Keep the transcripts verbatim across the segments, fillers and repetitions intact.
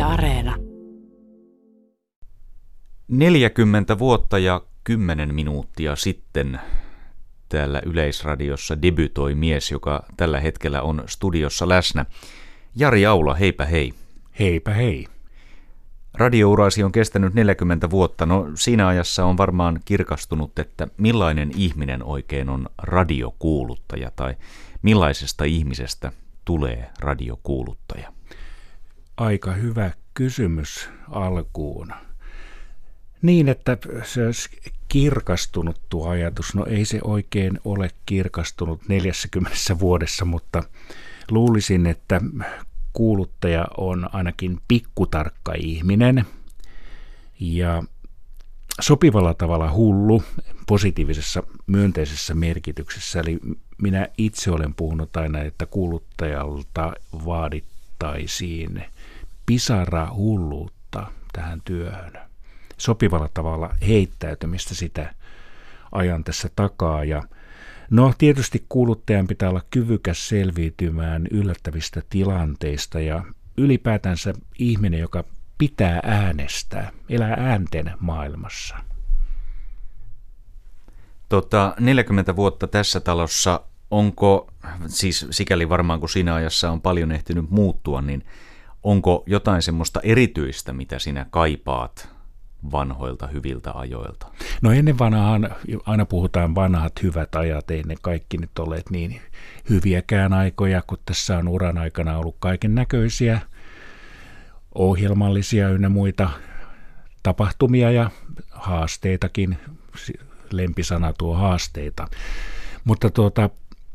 Areena. neljäkymmentä vuotta ja kymmenen minuuttia sitten täällä Yleisradiossa debytoi mies, joka tällä hetkellä on studiossa läsnä. Jari Aula, heipä hei. Heipä hei. Radiourasi on kestänyt neljäkymmentä vuotta. No siinä ajassa on varmaan kirkastunut, että millainen ihminen oikein on radiokuuluttaja tai millaisesta ihmisestä tulee radiokuuluttaja? Aika hyvä kysymys alkuun. Niin, että se olisi kirkastunut tuo ajatus. No ei se oikein ole kirkastunut neljässäkymmenessä vuodessa, mutta luulisin, että kuuluttaja on ainakin pikkutarkka ihminen ja sopivalla tavalla hullu positiivisessa myönteisessä merkityksessä. Eli minä itse olen puhunut aina, että kuuluttajalta vaadittaisiin pisara hulluutta tähän työhön. Sopivalla tavalla heittäytymistä sitä ajan tässä takaa. Ja no tietysti kuuluttajan pitää olla kyvykäs selviytymään yllättävistä tilanteista ja ylipäätänsä ihminen, joka pitää äänestää, elää äänten maailmassa. Tota, neljäkymmentä vuotta tässä talossa, onko, siis sikäli varmaan kun siinä ajassa on paljon ehtinyt muuttua, niin onko jotain semmoista erityistä, mitä sinä kaipaat vanhoilta hyviltä ajoilta? No ennen vanhaan, aina puhutaan vanhat hyvät ajat, ei ne kaikki nyt olleet niin hyviäkään aikoja, kun tässä on uran aikana ollut kaiken näköisiä ohjelmallisia ynnä muita tapahtumia ja haasteitakin, lempisana tuo haasteita. Mutta tuota,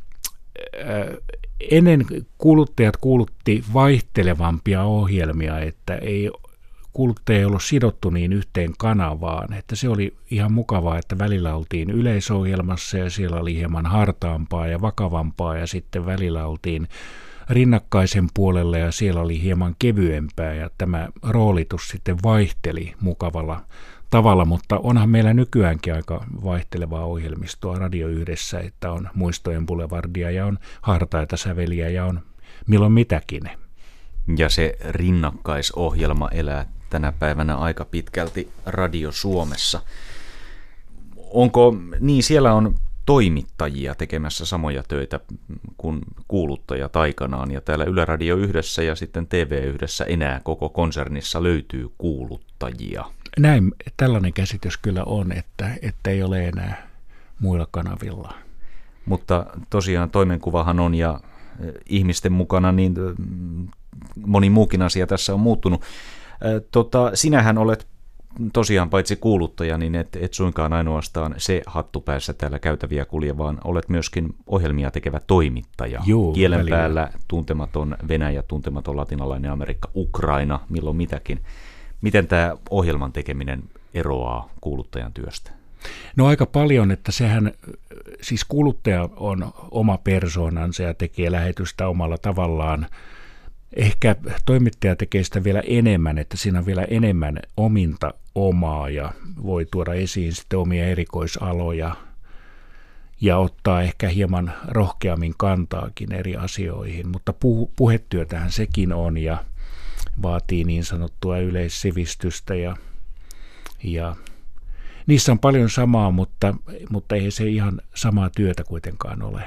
ennen kuuluttajat kuulutti vaihtelevampia ohjelmia, että ei kuuluttaja ei ollut sidottu niin yhteen kanavaan, että se oli ihan mukavaa, että välillä oltiin yleisohjelmassa ja siellä oli hieman hartaampaa ja vakavampaa ja sitten välillä oltiin rinnakkaisen puolella ja siellä oli hieman kevyempää ja tämä roolitus sitten vaihteli mukavalla tavalla, mutta onhan meillä nykyäänkin aika vaihtelevaa ohjelmistoa Radio Yhdessä, että on Muistojen Boulevardia ja on hartaita säveliä ja on milloin mitäkin. Ja se rinnakkaisohjelma elää tänä päivänä aika pitkälti Radio Suomessa. Onko, niin siellä on toimittajia tekemässä samoja töitä kuin kuuluttajat aikanaan, ja täällä Yle Radio Yhdessä ja sitten T V Yhdessä enää koko konsernissa löytyy kuuluttajia. Näin, tällainen käsitys kyllä on, että, että ei ole enää muilla kanavilla. Mutta tosiaan toimenkuvahan on ja ihmisten mukana niin moni muukin asia tässä on muuttunut. Tota, sinähän olet tosiaan paitsi kuuluttaja, niin et, et suinkaan ainoastaan se hattu päässä täällä käytäviä kulje, vaan olet myöskin ohjelmia tekevä toimittaja. Juu, kielen välillä. päällä tuntematon Venäjä, tuntematon latinalainen Amerikka, Ukraina, milloin mitäkin. Miten tämä ohjelman tekeminen eroaa kuuluttajan työstä? No aika paljon, että sehän, siis kuuluttaja on oma persoonansa ja tekee lähetystä omalla tavallaan. Ehkä toimittaja tekee sitä vielä enemmän, että siinä on vielä enemmän ominta omaa ja voi tuoda esiin sitten omia erikoisaloja ja ottaa ehkä hieman rohkeammin kantaakin eri asioihin, mutta puh- puhetyötähän sekin on ja vaatii niin sanottua yleissivistystä ja, ja niissä on paljon samaa, mutta, mutta ei se ihan samaa työtä kuitenkaan ole.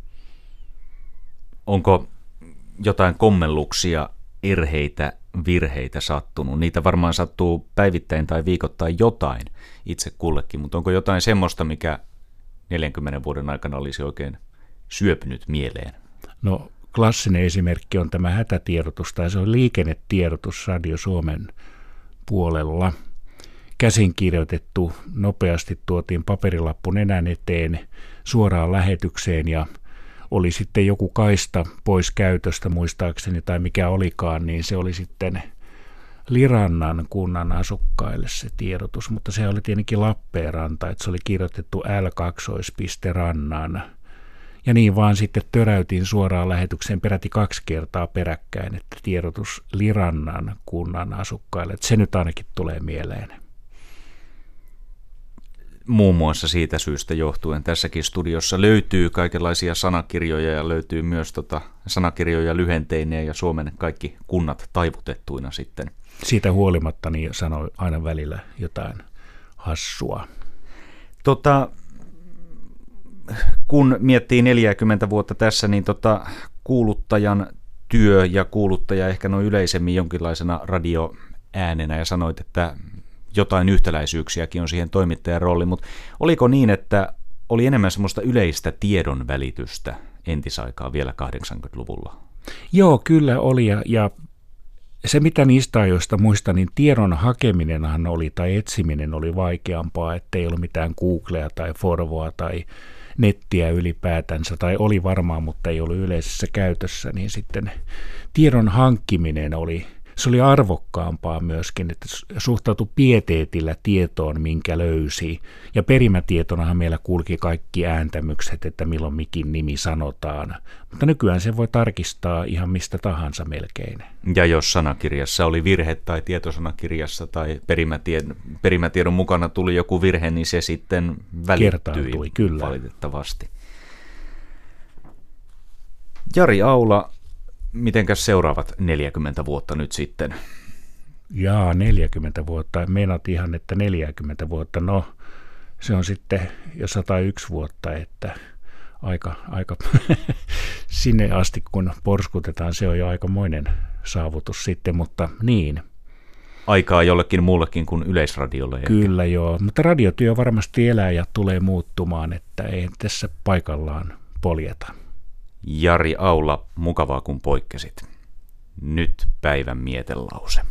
Onko jotain kommelluksia, erheitä, virheitä sattunut? Niitä varmaan sattuu päivittäin tai viikoittain jotain itse kullekin, mutta onko jotain semmoista, mikä neljänkymmenen vuoden aikana olisi oikein syöpynyt mieleen? No klassinen esimerkki on tämä hätätiedotus, tai se on liikennetiedotus Radio Suomen puolella. Käsin kirjoitettu, nopeasti tuotiin paperilappu nenän eteen suoraan lähetykseen ja oli sitten joku kaista pois käytöstä muistaakseni tai mikä olikaan, niin se oli sitten Lirannan kunnan asukkaille se tiedotus, mutta se oli tietenkin Lappeenranta, että se oli kirjoitettu L kaksi Rannan. Ja niin vaan sitten töräytin suoraan lähetykseen peräti kaksi kertaa peräkkäin, että tiedotus Lirannan kunnan asukkaille, että se nyt ainakin tulee mieleen. muun muassa siitä syystä johtuen tässäkin studiossa löytyy kaikenlaisia sanakirjoja ja löytyy myös tota sanakirjoja lyhenteineen ja Suomen kaikki kunnat taivutettuina sitten. Siitä huolimatta niin sanoi aina välillä jotain hassua. Tota, kun miettii neljäkymmentä vuotta tässä, niin tota, kuuluttajan työ ja kuuluttaja ehkä noin yleisemmin jonkinlaisena radioäänenä ja sanoit, että jotain yhtäläisyyksiäkin on siihen toimittajan rooliin, mutta oliko niin, että oli enemmän semmoista yleistä tiedon välitystä entisaikaa vielä kahdeksankymmentäluvulla? Joo, kyllä oli ja, ja se mitä niistä ajoista muistan, niin tiedon hakeminenhan oli tai etsiminen oli vaikeampaa, ettei ollut mitään Googlea tai Forvoa tai nettiä ylipäätänsä, tai oli varmaan, mutta ei ollut yleisessä käytössä, niin sitten tiedon hankkiminen oli, se oli arvokkaampaa myöskin, että suhtautui pieteetillä tietoon, minkä löysi. Ja perimätietonahan meillä kulki kaikki ääntämykset, että milloin mikin nimi sanotaan. Mutta nykyään se voi tarkistaa ihan mistä tahansa melkein. Ja jos sanakirjassa oli virhe tai tietosanakirjassa tai perimätiedon, perimätiedon mukana tuli joku virhe, niin se sitten välittyi kyllä. Valitettavasti. Jari Aula, mitenkäs seuraavat neljäkymmentä vuotta nyt sitten? Jaa, neljäkymmentä vuotta. Meinaat ihan, että neljäkymmentä vuotta. No, se on sitten jo sata yksi vuotta, että aika, aika sinne asti kun porskutetaan, se on jo aikamoinen saavutus sitten, mutta niin. Aikaa jollekin muullekin kuin Yleisradiolle. Kyllä ehkä. Joo, mutta radiotyö varmasti elää ja tulee muuttumaan, että ei tässä paikallaan poljeta. Jari Aula, mukavaa kun poikkesit. Nyt päivän mietelause.